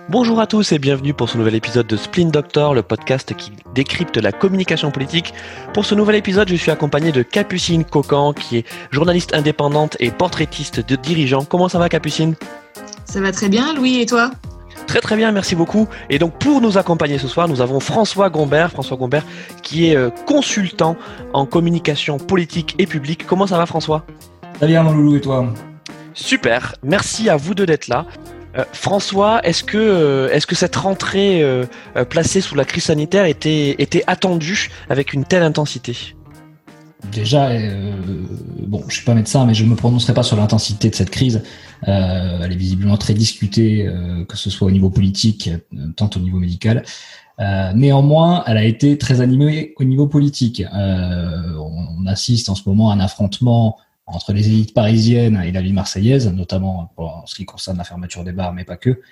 Bonjour à tous et bienvenue pour ce nouvel épisode de Splint Doctor, le podcast qui décrypte la communication politique. Pour ce nouvel épisode, je suis accompagné de Capucine Cocan, qui est journaliste indépendante et portraitiste de dirigeants. Comment ça va, Capucine ? Ça va très bien, Louis, et toi ? Très très bien, merci beaucoup. Et donc pour nous accompagner ce soir, nous avons François Gombert qui est consultant en communication politique et publique. Comment ça va, François ? Très bien, mon loulou, et toi ? Super, merci à vous deux d'être là. François, est-ce que cette rentrée placée sous la crise sanitaire était attendue avec une telle intensité ? Déjà, je suis pas médecin, mais je me prononcerai pas sur l'intensité de cette crise. Elle est visiblement très discutée, que ce soit au niveau politique, tant au niveau médical. Néanmoins, elle a été très animée au niveau politique. On assiste en ce moment à un affrontement entre les élites parisiennes et la ville marseillaise, notamment en ce qui concerne la fermeture des bars, mais pas que.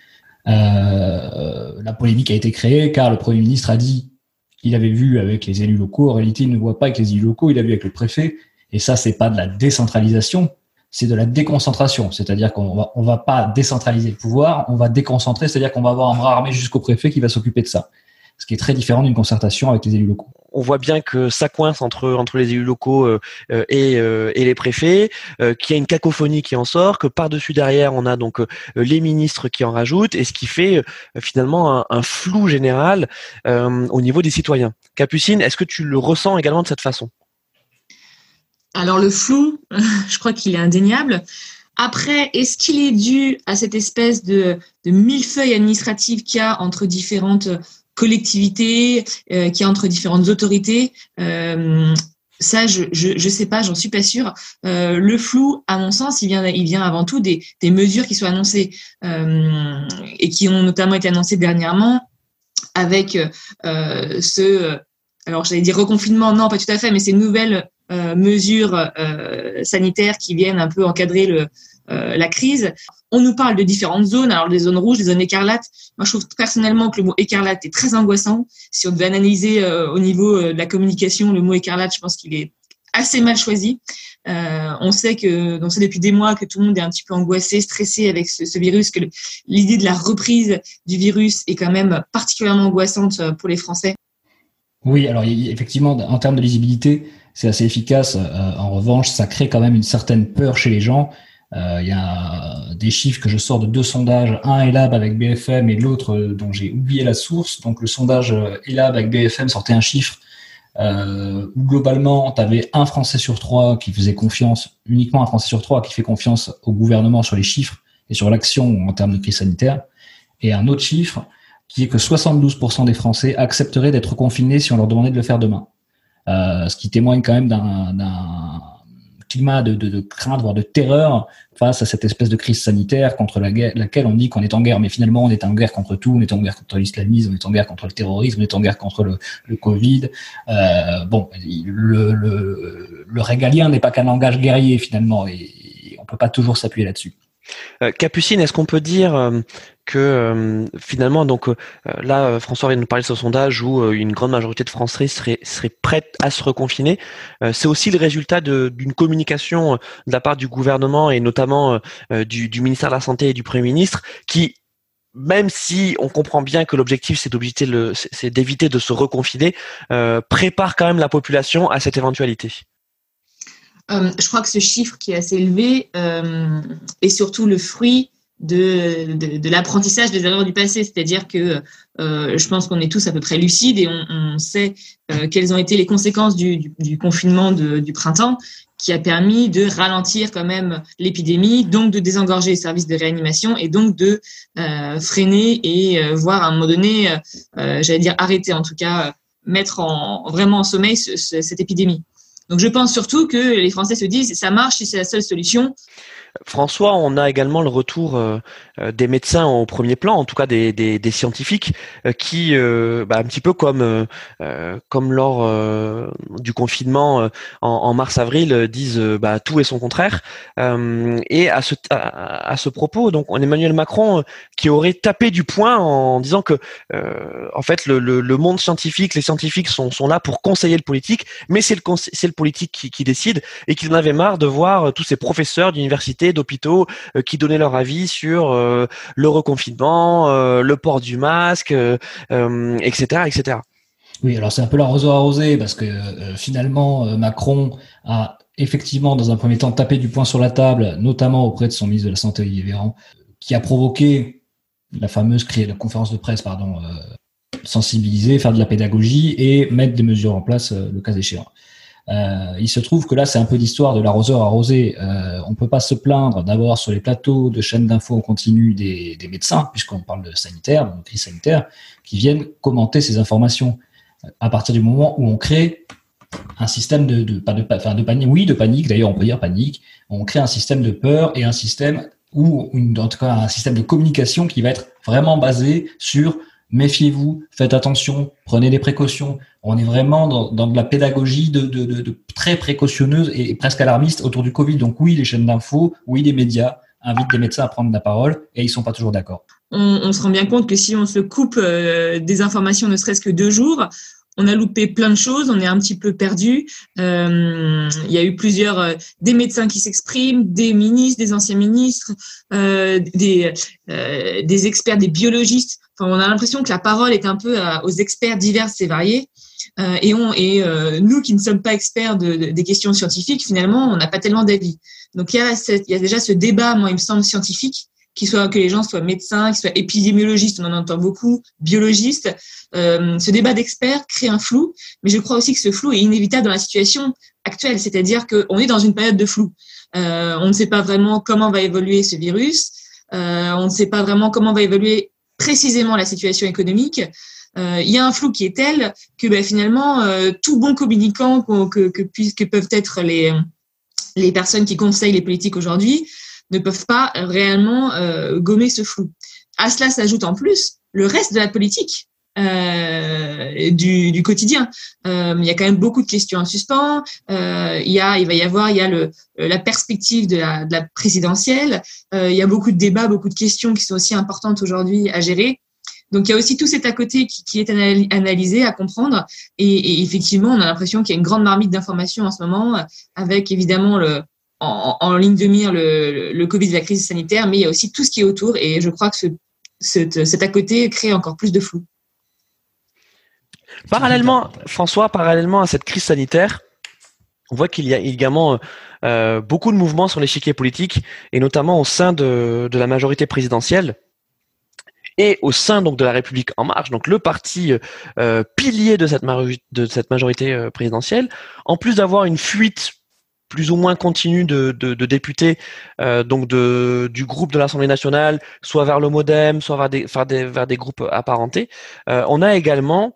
La polémique a été créée car le Premier ministre a dit qu'il avait vu avec les élus locaux. En réalité, il ne voit pas avec les élus locaux, il a vu avec le préfet. Et ça, c'est pas de la décentralisation, c'est de la déconcentration. C'est-à-dire qu'on va pas décentraliser le pouvoir, on va déconcentrer, c'est-à-dire qu'on va avoir un bras armé jusqu'au préfet qui va s'occuper de ça. Ce qui est très différent d'une concertation avec les élus locaux. On voit bien que ça coince entre les élus locaux et les préfets, qu'il y a une cacophonie qui en sort, que par-dessus derrière on a donc les ministres qui en rajoutent, et ce qui fait finalement un flou général au niveau des citoyens. Capucine, est-ce que tu le ressens également de cette façon ? Alors le flou, je crois qu'il est indéniable. Après, est-ce qu'il est dû à cette espèce de millefeuille administrative qu'il y a entre différentes collectivités, qu'il y a entre différentes autorités? Ça, je sais pas, j'en suis pas sûre. Le flou, à mon sens, il vient avant tout des mesures qui sont annoncées et qui ont notamment été annoncées dernièrement avec alors j'allais dire reconfinement, non, pas tout à fait, mais ces nouvelles mesures sanitaires qui viennent un peu encadrer la crise. On nous parle de différentes zones, alors des zones rouges, des zones écarlates. Moi, je trouve personnellement que le mot écarlate est très angoissant. Si on devait analyser au niveau de la communication, le mot écarlate, je pense qu'il est assez mal choisi. On sait depuis des mois que tout le monde est un petit peu angoissé, stressé avec ce virus, que l'idée de la reprise du virus est quand même particulièrement angoissante pour les Français. Oui, alors effectivement, en termes de lisibilité, c'est assez efficace. En revanche, ça crée quand même une certaine peur chez les gens. Il y a des chiffres que je sors de 2 sondages, un Ellab avec BFM et l'autre dont j'ai oublié la source. Donc le sondage Ellab avec BFM sortait un chiffre où globalement, tu avais un Français sur 3 qui faisait confiance, uniquement un Français sur 3 qui fait confiance au gouvernement sur les chiffres et sur l'action en termes de crise sanitaire, et un autre chiffre qui est que 72% des Français accepteraient d'être confinés si on leur demandait de le faire demain. Ce qui témoigne quand même d'un climat de crainte, voire de terreur face à cette espèce de crise sanitaire contre laquelle on dit qu'on est en guerre. Mais finalement, on est en guerre contre tout. On est en guerre contre l'islamisme, on est en guerre contre le terrorisme, on est en guerre contre le Covid. Le régalien n'est pas qu'un langage guerrier, finalement, et on peut pas toujours s'appuyer là-dessus. Capucine, est-ce qu'on peut dire que finalement, donc là, François vient de nous parler de ce sondage où une grande majorité de Français serait prête à se reconfiner. C'est aussi le résultat d'une communication de la part du gouvernement et notamment du ministère de la Santé et du Premier ministre qui, même si on comprend bien que l'objectif c'est d'éviter de se reconfiner, prépare quand même la population à cette éventualité. Je crois que ce chiffre qui est assez élevé est surtout le fruit de l'apprentissage des erreurs du passé. C'est-à-dire que je pense qu'on est tous à peu près lucides et on sait quelles ont été les conséquences du confinement du printemps, qui a permis de ralentir quand même l'épidémie, donc de désengorger les services de réanimation et donc de freiner et voire à un moment donné, arrêter en tout cas, mettre vraiment en sommeil cette épidémie. Donc, je pense surtout que les Français se disent ça marche si c'est la seule solution. François, on a également le retour des médecins au premier plan, en tout cas des scientifiques, qui, un petit peu comme lors du confinement en mars-avril, disent tout et son contraire. Et à ce propos, donc on Emmanuel Macron qui aurait tapé du poing en disant que en fait le monde scientifique, les scientifiques sont là pour conseiller le politique, mais c'est le le politique qui décide, et qu'il en avait marre de voir tous ces professeurs d'universités, d'hôpitaux qui donnaient leur avis sur le reconfinement, le port du masque, etc., etc. Oui, alors c'est un peu l'arroseur arrosé parce que finalement Macron a effectivement dans un premier temps tapé du poing sur la table, notamment auprès de son ministre de la Santé Olivier Véran, qui a provoqué la conférence de presse, sensibiliser, faire de la pédagogie et mettre des mesures en place le cas échéant. Il se trouve que là, c'est un peu l'histoire de l'arroseur arrosé. On peut pas se plaindre d'avoir sur les plateaux de chaînes d'infos en continu des médecins, puisqu'on parle de sanitaire, de crise sanitaire, qui viennent commenter ces informations. À partir du moment où on crée un système de panique, d'ailleurs on peut dire panique, on crée un système de peur et un système en tout cas un système de communication qui va être vraiment basé sur méfiez-vous, faites attention, prenez des précautions. On est vraiment dans de la pédagogie de très précautionneuse et presque alarmiste autour du Covid. Donc oui, les chaînes d'infos, oui, les médias invitent les médecins à prendre la parole et ils sont pas toujours d'accord. On se rend bien compte que si on se coupe des informations ne serait-ce que 2 jours, on a loupé plein de choses, on est un petit peu perdu. Il y a eu des médecins qui s'expriment, des ministres, des anciens ministres, des experts, des biologistes. Enfin, on a l'impression que la parole est un peu aux experts divers et variés. Et nous qui ne sommes pas experts des questions scientifiques, finalement, on n'a pas tellement d'avis. Donc il y a déjà ce débat, moi il me semble scientifique, que les gens soient médecins, qu'ils soient épidémiologistes, on en entend beaucoup, biologistes. Ce débat d'experts crée un flou, mais je crois aussi que ce flou est inévitable dans la situation actuelle, c'est-à-dire qu'on est dans une période de flou. On ne sait pas vraiment comment va évoluer ce virus, on ne sait pas vraiment comment va évoluer précisément la situation économique. Il y a un flou qui est tel que finalement, tout bon communicant que peuvent être les personnes qui conseillent les politiques aujourd'hui ne peuvent pas réellement gommer ce flou. À cela s'ajoute en plus le reste de la politique du quotidien. Il y a quand même beaucoup de questions en suspens. Il va y avoir la perspective de la présidentielle. Il y a beaucoup de débats, beaucoup de questions qui sont aussi importantes aujourd'hui à gérer. Donc il y a aussi tout cet à côté qui est analysé, à comprendre. Et effectivement, on a l'impression qu'il y a une grande marmite d'informations en ce moment, avec évidemment en ligne de mire le Covid, la crise sanitaire, mais il y a aussi tout ce qui est autour, et je crois que cet à côté crée encore plus de flou. Parallèlement à cette crise sanitaire, on voit qu'il y a également beaucoup de mouvements sur l'échiquier politique, et notamment au sein de la majorité présidentielle et au sein donc de la République en marche, donc le parti pilier de cette majorité présidentielle, en plus d'avoir une fuite plus ou moins continue de députés du groupe de l'Assemblée nationale, soit vers le MoDem, soit vers des groupes apparentés. On a également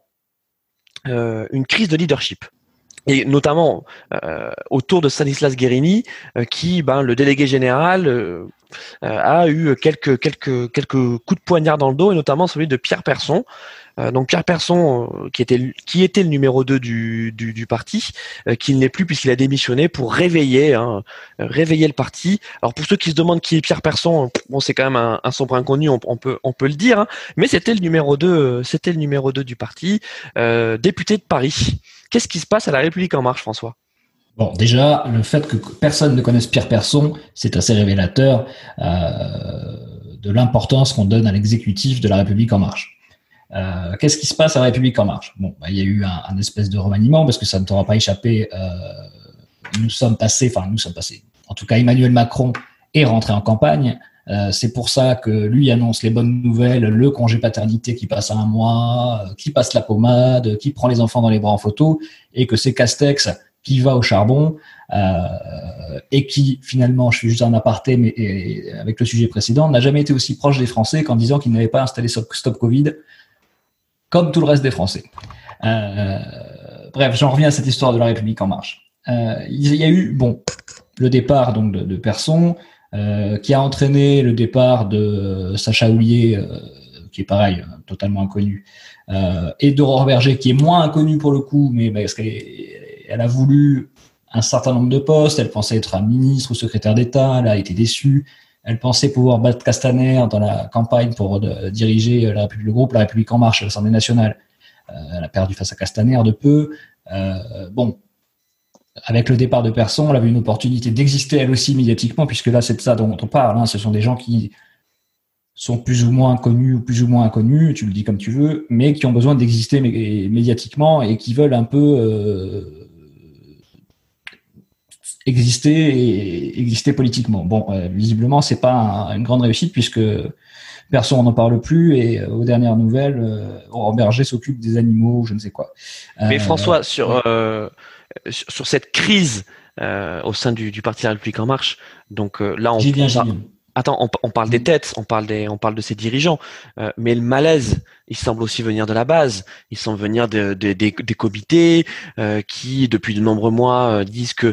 une crise de leadership. Et notamment autour de Stanislas Guerini, qui, le délégué général, a eu quelques coups de poignard dans le dos, et notamment celui de Pierre Persson. Donc Pierre Persson, qui était le numéro 2 du parti, qui ne l'est plus puisqu'il a démissionné pour réveiller le parti. Alors pour ceux qui se demandent qui est Pierre Persson, c'est quand même un sombre inconnu, on peut le dire, hein, mais c'était le numéro 2 du parti, député de Paris. Qu'est-ce qui se passe à La République en marche, François ? Bon, déjà, le fait que personne ne connaisse Pierre Persson, c'est assez révélateur de l'importance qu'on donne à l'exécutif de La République en marche. Qu'est-ce qui se passe à La République en marche ? Bon, il y a eu un espèce de remaniement, parce que ça ne t'aura pas échappé. Nous sommes passés. En tout cas, Emmanuel Macron est rentré en campagne. C'est pour ça que lui annonce les bonnes nouvelles, le congé paternité qui passe à 1 mois, qui passe la pommade, qui prend les enfants dans les bras en photo, et que c'est Castex qui va au charbon, et qui finalement, je fais juste un aparté, mais avec le sujet précédent, n'a jamais été aussi proche des Français qu'en disant qu'il n'avait pas installé Stop Covid, comme tout le reste des Français. Bref, j'en reviens à cette histoire de La République en marche. Il y a eu le départ donc de Persson, qui a entraîné le départ de Sacha Houlié, qui est pareil, totalement inconnu, et d'Aurore Berger, qui est moins inconnu pour le coup, mais parce qu'elle a voulu un certain nombre de postes, elle pensait être un ministre ou secrétaire d'État, elle a été déçue, elle pensait pouvoir battre Castaner dans la campagne pour diriger le groupe La République en marche à l'Assemblée nationale. Elle a perdu face à Castaner de peu. avec le départ de Persson, elle avait une opportunité d'exister elle aussi médiatiquement, puisque là, c'est de ça dont on parle. Hein. Ce sont des gens qui sont plus ou moins connus ou plus ou moins inconnus, tu le dis comme tu veux, mais qui ont besoin d'exister médiatiquement et qui veulent un peu exister politiquement. Bon, visiblement, c'est pas une grande réussite puisque personne n'en parle plus et aux dernières nouvelles, Aurore Berger s'occupe des animaux, je ne sais quoi. Mais François, sur cette crise au sein du Parti La République En Marche, donc là, J'y viens. Attends, on parle des têtes, on parle de ses dirigeants, mais le malaise, il semble aussi venir de la base. Il semble venir des comités qui, depuis de nombreux mois, disent que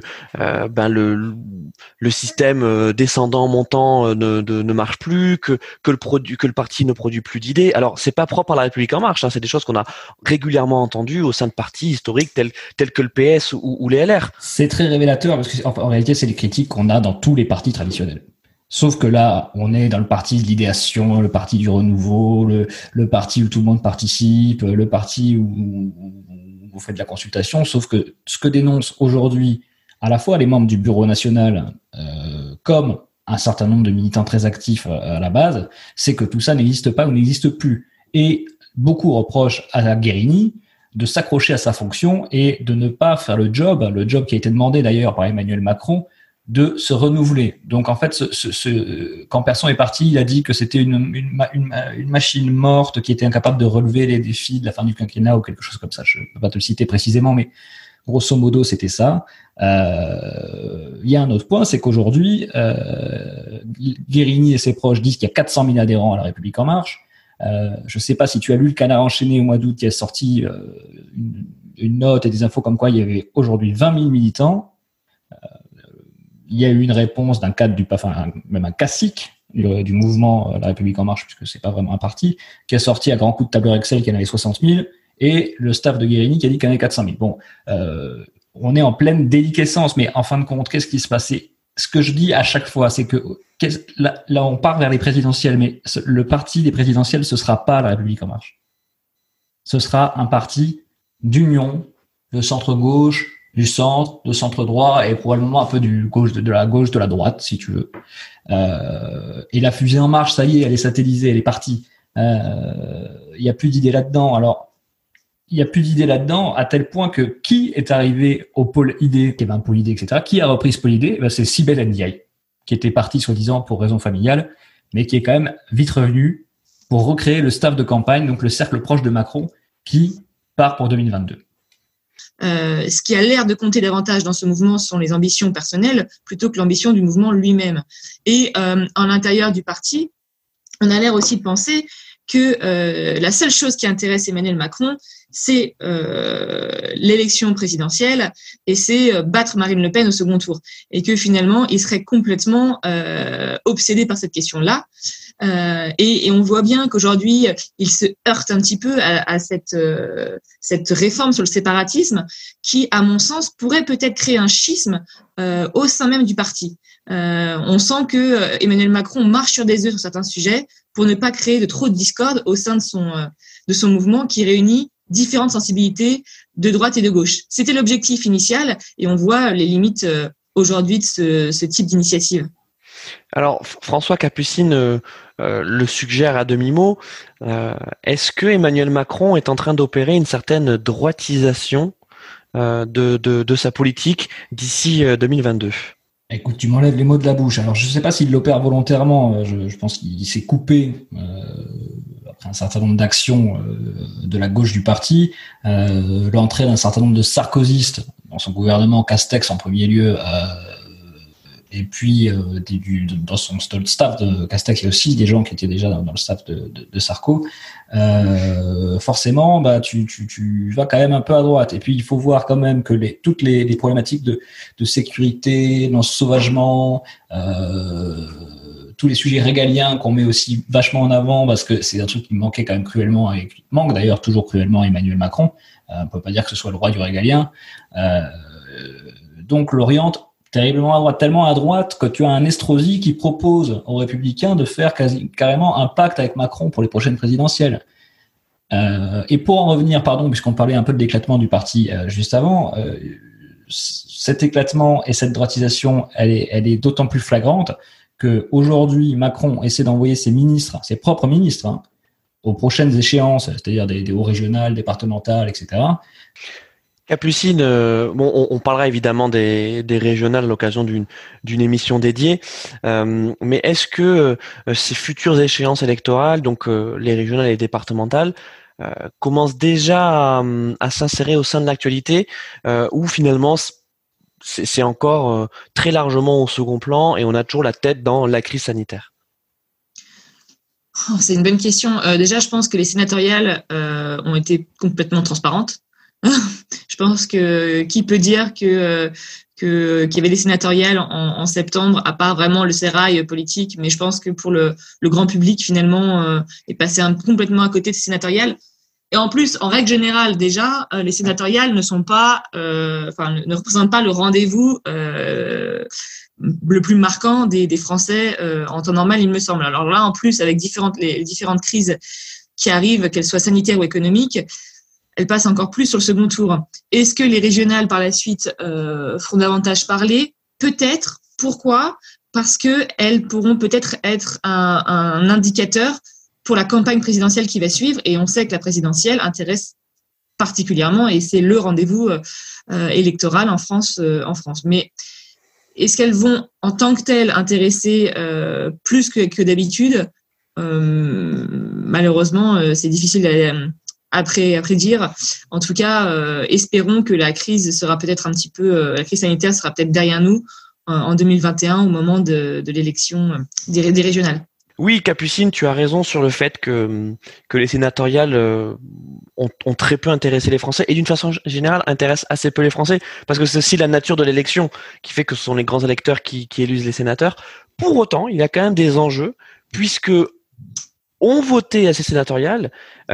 le système descendant montant ne marche plus, que le parti ne produit plus d'idées. Alors, c'est pas propre à La République En Marche, hein, c'est des choses qu'on a régulièrement entendues au sein de partis historiques tels que le PS ou les LR. C'est très révélateur parce que en réalité, c'est les critiques qu'on a dans tous les partis traditionnels. Sauf que là, on est dans le parti de l'idéation, le parti du renouveau, le parti où tout le monde participe, le parti où vous faites de la consultation. Sauf que ce que dénoncent aujourd'hui à la fois les membres du Bureau national comme un certain nombre de militants très actifs à la base, c'est que tout ça n'existe pas ou n'existe plus. Et beaucoup reprochent à Guerini de s'accrocher à sa fonction et de ne pas faire le job qui a été demandé d'ailleurs par Emmanuel Macron, de se renouveler. Donc en fait, quand Persson est parti, il a dit que c'était une machine morte qui était incapable de relever les défis de la fin du quinquennat ou quelque chose comme ça. Je ne peux pas te le citer précisément, mais grosso modo, c'était ça. Il y a un autre point, c'est qu'aujourd'hui, Guerini et ses proches disent qu'il y a 400 000 adhérents à La République En Marche. Je ne sais pas si tu as lu le Canard enchaîné au mois d'août qui a sorti une note et des infos comme quoi il y avait aujourd'hui 20 000 militants. Il y a eu une réponse d'un cadre même un cacique du mouvement La République En Marche, puisque c'est pas vraiment un parti, qui a sorti à grands coups de tableur Excel qu'il y en avait 60 000, et le staff de Guerini qui a dit qu'il y en avait 400 000. Bon, on est en pleine déliquescence, mais en fin de compte, qu'est-ce qui se passait? Ce que je dis à chaque fois, c'est que là, on part vers les présidentielles, mais le parti des présidentielles, ce sera pas La République En Marche. Ce sera un parti d'union, de centre-gauche, du centre, de centre-droit et probablement un peu de la gauche, de la droite, si tu veux. Et la fusée En Marche, ça y est, elle est satellisée, elle est partie. Il y a plus d'idées là-dedans. Alors, il y a plus d'idées là-dedans à tel point que qui est arrivé au pôle idée, qui avait un pôle idée, etc. Qui a repris ce pôle idée? C'est Sibeth Ndiaye, qui était parti soi-disant pour raison familiale, mais qui est quand même vite revenu pour recréer le staff de campagne, donc le cercle proche de Macron, qui part pour 2022. Ce qui a l'air de compter davantage dans ce mouvement sont les ambitions personnelles plutôt que l'ambition du mouvement lui-même. Et en l'intérieur du parti, on a l'air aussi de penser que la seule chose qui intéresse Emmanuel Macron, c'est l'élection présidentielle et c'est battre Marine Le Pen au second tour. Et que finalement, il serait complètement obsédé par cette question-là. Et on voit bien qu'aujourd'hui, il se heurte un petit peu à cette réforme sur le séparatisme qui, à mon sens, pourrait peut-être créer un schisme au sein même du parti. On sent que Emmanuel Macron marche sur des œufs sur certains sujets pour ne pas créer de trop de discorde au sein de son mouvement qui réunit différentes sensibilités de droite et de gauche. C'était l'objectif initial et on voit les limites aujourd'hui de ce type d'initiative. Alors, François Capucine le suggère à demi-mot. Est-ce que Emmanuel Macron est en train d'opérer une certaine droitisation de sa politique d'ici 2022? Écoute, tu m'enlèves les mots de la bouche. Alors, je ne sais pas s'il l'opère volontairement. Je pense qu'il s'est coupé après un certain nombre d'actions de la gauche du parti. L'entrée d'un certain nombre de sarkozystes dans son gouvernement, Castex en premier lieu, et puis dans son staff de Castex, il y a aussi des gens qui étaient déjà dans le staff de Sarko. Forcément, tu vas quand même un peu à droite. Et puis il faut voir quand même que toutes les problématiques de sécurité, d'ensauvagement, tous les sujets régaliens qu'on met aussi vachement en avant, parce que c'est un truc qui manquait quand même cruellement, et qui manque d'ailleurs toujours cruellement à Emmanuel Macron. On peut pas dire que ce soit le roi du régalien. Donc l'oriente terriblement à droite, tellement à droite que tu as un Estrosi qui propose aux Républicains de faire carrément un pacte avec Macron pour les prochaines présidentielles. Et pour en revenir, puisqu'on parlait un peu de l'éclatement du parti juste avant, cet éclatement et cette droitisation, elle est d'autant plus flagrante que aujourd'hui Macron essaie d'envoyer ses propres ministres, aux prochaines échéances, c'est-à-dire des hauts régionales, départementales, etc. Capucine, on parlera évidemment des régionales à l'occasion d'une émission dédiée, mais est-ce que ces futures échéances électorales, donc les régionales et les départementales, commencent déjà à s'insérer au sein de l'actualité, ou finalement c'est encore très largement au second plan et on a toujours la tête dans la crise sanitaire? C'est une bonne question. Déjà, je pense que les sénatoriales ont été complètement transparentes. Je pense que qui peut dire qu'il y avait des sénatoriales en septembre, à part vraiment le sérail politique, mais je pense que pour le grand public, finalement, est passé complètement à côté de ces sénatoriales. Et en plus, en règle générale, déjà, les sénatoriales ne représentent pas le rendez-vous le plus marquant des Français en temps normal, il me semble. Alors là, en plus, avec les différentes crises qui arrivent, qu'elles soient sanitaires ou économiques, elles passent encore plus sur le second tour. Est-ce que les régionales, par la suite, feront davantage parler? Peut-être. Pourquoi? Parce qu'elles pourront peut-être être un indicateur pour la campagne présidentielle qui va suivre. Et on sait que la présidentielle intéresse particulièrement, et c'est le rendez-vous électoral en France. Mais est-ce qu'elles vont, en tant que telles, intéresser plus que d'habitude? Malheureusement, c'est difficile à prédire. En tout cas, espérons que la crise sera peut-être la crise sanitaire sera peut-être derrière nous en 2021 au moment de l'élection des régionales. Oui, Capucine, tu as raison sur le fait que les sénatoriales ont très peu intéressé les Français et d'une façon générale intéressent assez peu les Français parce que c'est aussi la nature de l'élection qui fait que ce sont les grands électeurs qui élusent les sénateurs. Pour autant, il y a quand même des enjeux puisque ont voté à ces sénatoriales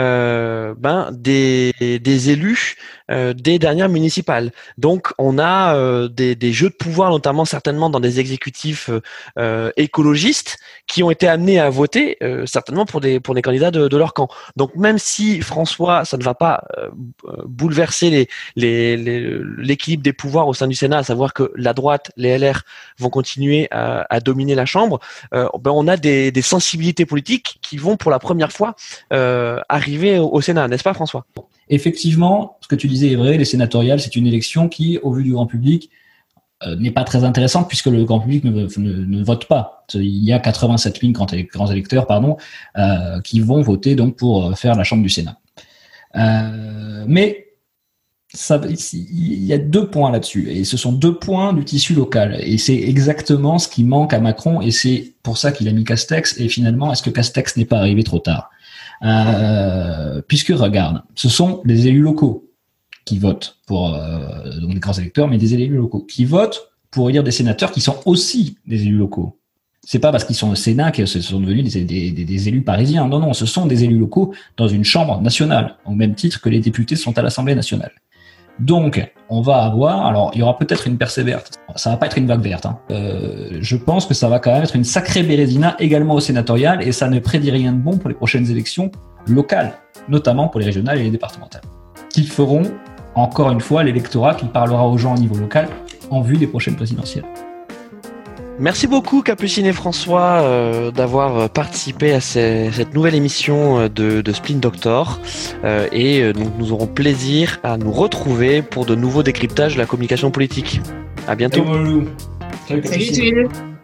des élus des dernières municipales. Donc on a des jeux de pouvoir, notamment certainement dans des exécutifs écologistes qui ont été amenés à voter certainement pour des candidats de leur camp. Donc même si François, ça ne va pas bouleverser l'équilibre des pouvoirs au sein du Sénat, à savoir que la droite, les LR vont continuer à dominer la Chambre, on a des sensibilités politiques qui vont pour la première fois arriver au Sénat, n'est-ce pas François? Effectivement, ce que tu disais est vrai, les sénatoriales, c'est une élection qui, au vu du grand public, n'est pas très intéressante puisque le grand public ne vote pas. Il y a 87 000 grands électeurs qui vont voter donc pour faire la Chambre du Sénat. Mais il y a 2 points là-dessus, et ce sont 2 points du tissu local, et c'est exactement ce qui manque à Macron, et c'est pour ça qu'il a mis Castex, et finalement, est-ce que Castex n'est pas arrivé trop tard? Puisque regarde, ce sont des élus locaux qui votent pour donc les grands électeurs, mais des élus locaux qui votent pour élire des sénateurs qui sont aussi des élus locaux. C'est pas parce qu'ils sont au Sénat qu'ils sont devenus des élus parisiens. Non, ce sont des élus locaux dans une chambre nationale, au même titre que les députés sont à l'Assemblée nationale. Donc, on va avoir, alors il y aura peut-être une percée verte, ça va pas être une vague verte, je pense que ça va quand même être une sacrée bérésina également au sénatorial, et ça ne prédit rien de bon pour les prochaines élections locales, notamment pour les régionales et les départementales, qui feront, encore une fois, l'électorat qui parlera aux gens au niveau local en vue des prochaines présidentielles. Merci beaucoup Capucine et François d'avoir participé à cette nouvelle émission de Spin Doctor et donc nous aurons plaisir à nous retrouver pour de nouveaux décryptages de la communication politique. À bientôt. Salut tous les deux.